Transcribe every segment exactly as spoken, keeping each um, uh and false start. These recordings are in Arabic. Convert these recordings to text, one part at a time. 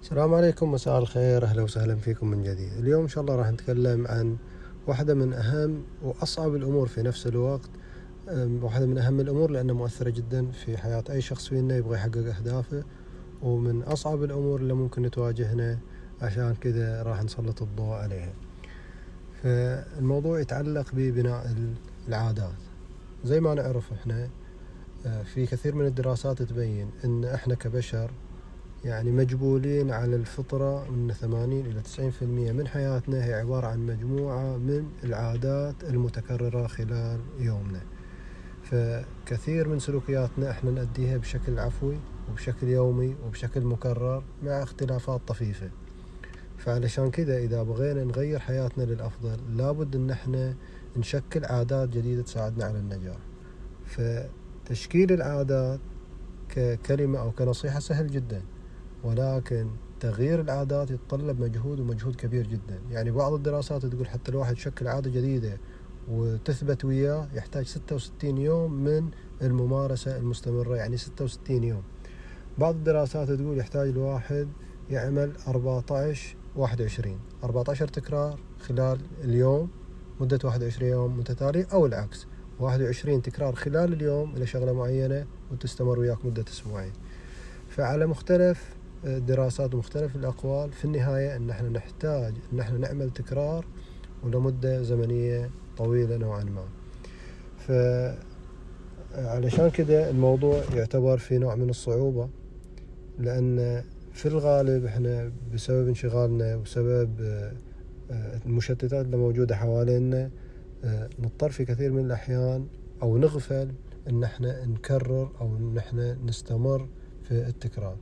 السلام عليكم، مساء الخير، أهلا وسهلا فيكم من جديد. اليوم إن شاء الله راح نتكلم عن واحدة من أهم وأصعب الأمور في نفس الوقت. واحدة من أهم الأمور لأنها مؤثرة جدا في حياة أي شخص فينا يبغى يحقق أهدافه، ومن أصعب الأمور اللي ممكن تواجهنا، عشان كذا راح نسلط الضوء عليها. فالموضوع يتعلق ببناء العادات. زي ما نعرف إحنا في كثير من الدراسات تبين إن إحنا كبشر يعني مجبولين على الفطرة، من ثمانين إلى تسعين في المئة من حياتنا هي عبارة عن مجموعة من العادات المتكررة خلال يومنا. فكثير من سلوكياتنا احنا نأديها بشكل عفوي وبشكل يومي وبشكل مكرر مع اختلافات طفيفة. فعلشان كذا إذا بغينا نغير حياتنا للأفضل لابد أن احنا نشكل عادات جديدة تساعدنا على النجاح. فتشكيل العادات ككلمة أو كنصيحة سهل جدا، ولكن تغيير العادات يتطلب مجهود ومجهود كبير جدا. يعني بعض الدراسات تقول حتى الواحد يشكل عادة جديدة وتثبت وياه يحتاج ستة وستين يوم من الممارسة المستمرة، يعني ستة وستين يوم. بعض الدراسات تقول يحتاج الواحد يعمل أربعة عشر واحد وعشرين أربعة عشر تكرار خلال اليوم مدة واحد وعشرين يوم متتالية، أو العكس واحد وعشرين تكرار خلال اليوم إلى شغلة معينة وتستمر وياك مدة أسبوعين. فعلى مختلف الدراسات ومختلف الأقوال، في النهاية أن احنا نحتاج أن احنا نعمل تكرار ولمدة زمنية طويلة نوعا ما. فعلشان كده الموضوع يعتبر في نوع من الصعوبة، لأن في الغالب احنا بسبب انشغالنا وبسبب المشتتات اللي موجودة حوالينا نضطر في كثير من الأحيان أو نغفل أن احنا نكرر أو أن احنا نستمر في التكرار.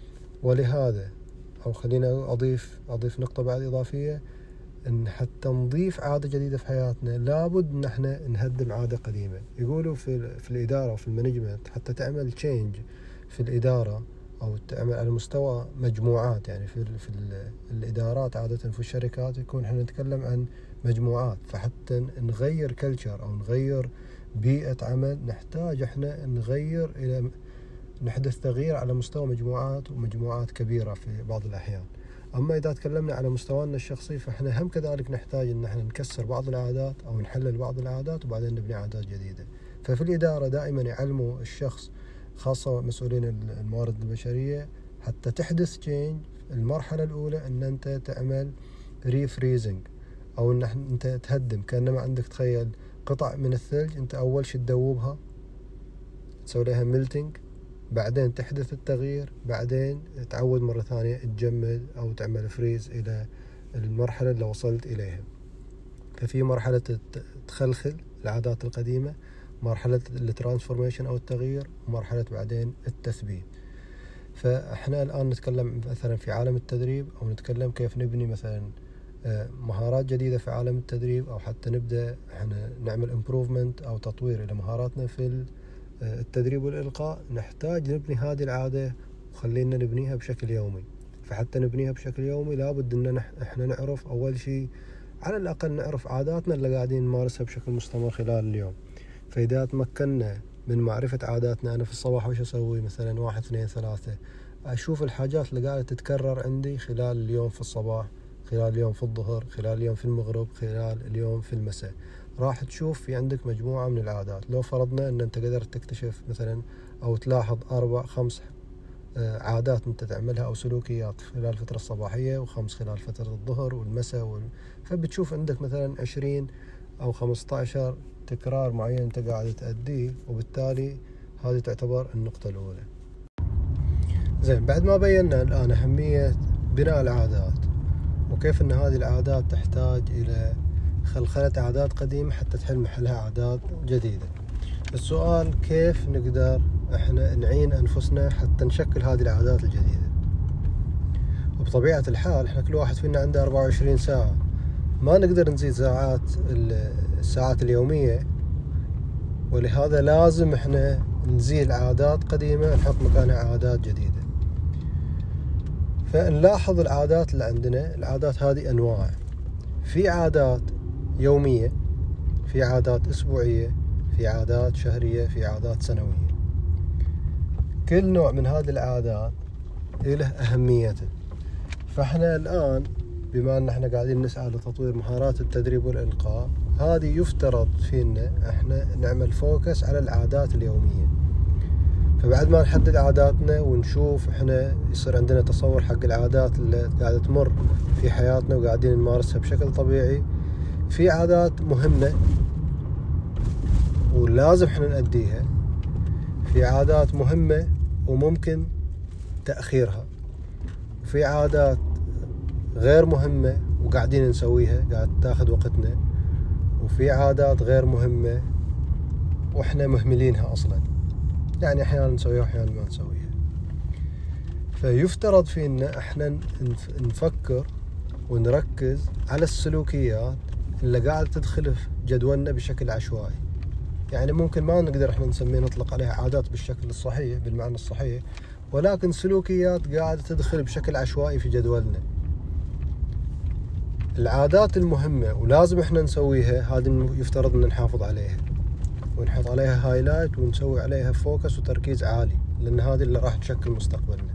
ولهذا أو خلينا أضيف أضيف نقطة بعد إضافية، إن حتى نضيف عادة جديدة في حياتنا لابد إن إحنا نهدم عادة قديمة. يقولوا في في الإدارة وفي المانجمنت حتى تعمل تشينج في الإدارة أو تعمل على مستوى مجموعات، يعني في في الإدارات عادة في الشركات يكون إحنا نتكلم عن مجموعات. فحتى نغير كلتشر أو نغير بيئة عمل نحتاج إحنا نغير إلى نحدث تغيير على مستوى مجموعات ومجموعات كبيرة في بعض الأحيان. أما إذا تكلمنا على مستوانا الشخصي فإحنا هم كذلك نحتاج إن إحنا نكسر بعض العادات أو نحلل بعض العادات وبعدين نبني عادات جديدة. ففي الإدارة دائما يعلموا الشخص، خاصة مسؤولين الموارد البشرية، حتى تحدث تشينج المرحلة الأولى إن أنت تعمل ريفريزنج، أو إن أنت تهدم. كأنما عندك تخيل قطع من الثلج، أنت أول شيء تذوبها تسوي لها ميلتينج، بعدين تحدث التغيير، بعدين تعود مرة ثانية تجمد أو تعمل فريز إلى المرحلة اللي وصلت إليها. ففي مرحلة تخلخل العادات القديمة، مرحلة الترانسفورميشن أو التغيير، ومرحلة بعدين التثبيت. فإحنا الآن نتكلم مثلا في عالم التدريب، أو نتكلم كيف نبني مثلا مهارات جديدة في عالم التدريب، أو حتى نبدأ إحنا نعمل improvement أو تطوير إلى مهاراتنا في التدريب والإلقاء. نحتاج نبني هذه العادة وخلينا نبنيها بشكل يومي. فحتى نبنيها بشكل يومي لابد أن احنا نعرف أول شيء، على الأقل نعرف عاداتنا اللي قاعدين نمارسها بشكل مستمر خلال اليوم. فإذا تمكنا من معرفة عاداتنا، أنا في الصباح وش أسوي مثلا واحد اثنين ثلاثة، أشوف الحاجات اللي قاعدة تتكرر عندي خلال اليوم في الصباح، خلال اليوم في الظهر، خلال اليوم في المغرب، خلال اليوم في المساء. راح تشوف في عندك مجموعة من العادات. لو فرضنا أن أنت قدرت تكتشف مثلا أو تلاحظ أربع خمس عادات أنت تعملها أو سلوكيات خلال الفترة الصباحية، وخمس خلال فترة الظهر والمساء وال... فبتشوف عندك مثلا عشرين أو خمسة عشر تكرار معين أنت قاعد تأديه، وبالتالي هذه تعتبر النقطة الأولى. زين، بعد ما بينا الآن أهمية بناء العادات وكيف أن هذه العادات تحتاج إلى خلخلة عادات قديمة حتى تحل محلها عادات جديدة، السؤال كيف نقدر احنا نعين أنفسنا حتى نشكل هذه العادات الجديدة؟ وبطبيعة الحال احنا كل واحد فينا عنده أربعة وعشرين ساعة، ما نقدر نزيد ساعات الساعات اليومية، ولهذا لازم احنا نزيل عادات قديمة نحط مكانها عادات جديدة. فنلاحظ العادات اللي عندنا. العادات هذه أنواع، في عادات يومية، في عادات أسبوعية، في عادات شهرية، في عادات سنوية. كل نوع من هذه العادات له أهميته. فاحنا الآن بما أن احنا قاعدين نسعى لتطوير مهارات التدريب والإلقاء، هذه يفترض فينا احنا نعمل فوكس على العادات اليومية. فبعد ما نحدد عاداتنا ونشوف احنا يصير عندنا تصور حق العادات اللي قاعدة تمر في حياتنا وقاعدين نمارسها بشكل طبيعي، في عادات مهمة ولازم احنا نأديها، في عادات مهمة وممكن تأخيرها، وفي عادات غير مهمة وقاعدين نسويها قاعد تاخذ وقتنا، وفي عادات غير مهمة واحنا مهملينها اصلا، يعني احيانا نسويها واحيانا ما نسويها. فيفترض فينا احنا نفكر ونركز على السلوكيات اللي قاعدة تدخل في جدولنا بشكل عشوائي. يعني ممكن ما نقدر احنا نسميه نطلق عليها عادات بالشكل الصحيح بالمعنى الصحيح، ولكن سلوكيات قاعدة تدخل بشكل عشوائي في جدولنا. العادات المهمة ولازم احنا نسويها هذه يفترض ان نحافظ عليها ونحط عليها هايلايت ونسوي عليها فوكس وتركيز عالي، لان هذه اللي راح تشكل مستقبلنا.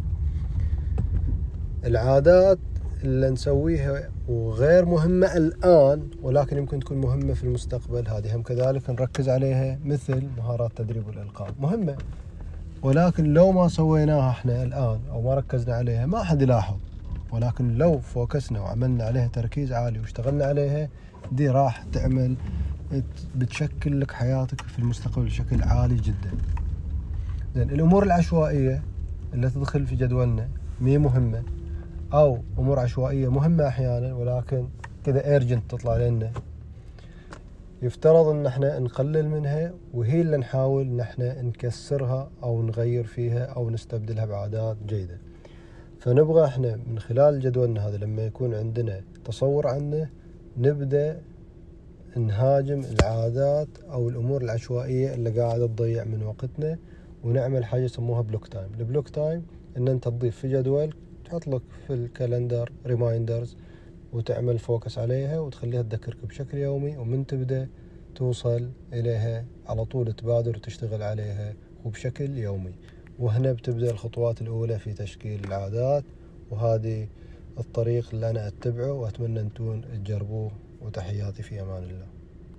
العادات اللي نسويها وغير مهمة الآن ولكن يمكن تكون مهمة في المستقبل، هذه هم كذلك نركز عليها، مثل مهارات التدريب والإلقاء مهمة، ولكن لو ما سويناها احنا الآن أو ما ركزنا عليها ما حد يلاحظ، ولكن لو فوكسنا وعملنا عليها تركيز عالي واشتغلنا عليها دي راح تعمل بتشكل لك حياتك في المستقبل بشكل عالي جدا. لأن الأمور العشوائية اللي تدخل في جدولنا مي مهمة، أو أمور عشوائية مهمة أحيانا ولكن كذا ايرجنت تطلع لنا، يفترض ان احنا نقلل منها، وهي اللي نحاول ان احنا نكسرها او نغير فيها او نستبدلها بعادات جيدة. فنبغى احنا من خلال جدولنا هذا لما يكون عندنا تصور عنه نبدأ نهاجم العادات او الامور العشوائية اللي قاعدة تضيع من وقتنا، ونعمل حاجة يسموها بلوك تايم. البلوك تايم ان انت تضيف في جدول، تحط لك في الكالندر ريمايندرز وتعمل فوكس عليها وتخليها تذكرك بشكل يومي، ومن تبدأ توصل إليها على طول تبادر وتشتغل عليها وبشكل يومي. وهنا بتبدأ الخطوات الأولى في تشكيل العادات، وهذه الطريق اللي أنا أتبعه وأتمنى أنتم تجربوه. وتحياتي في أمان الله.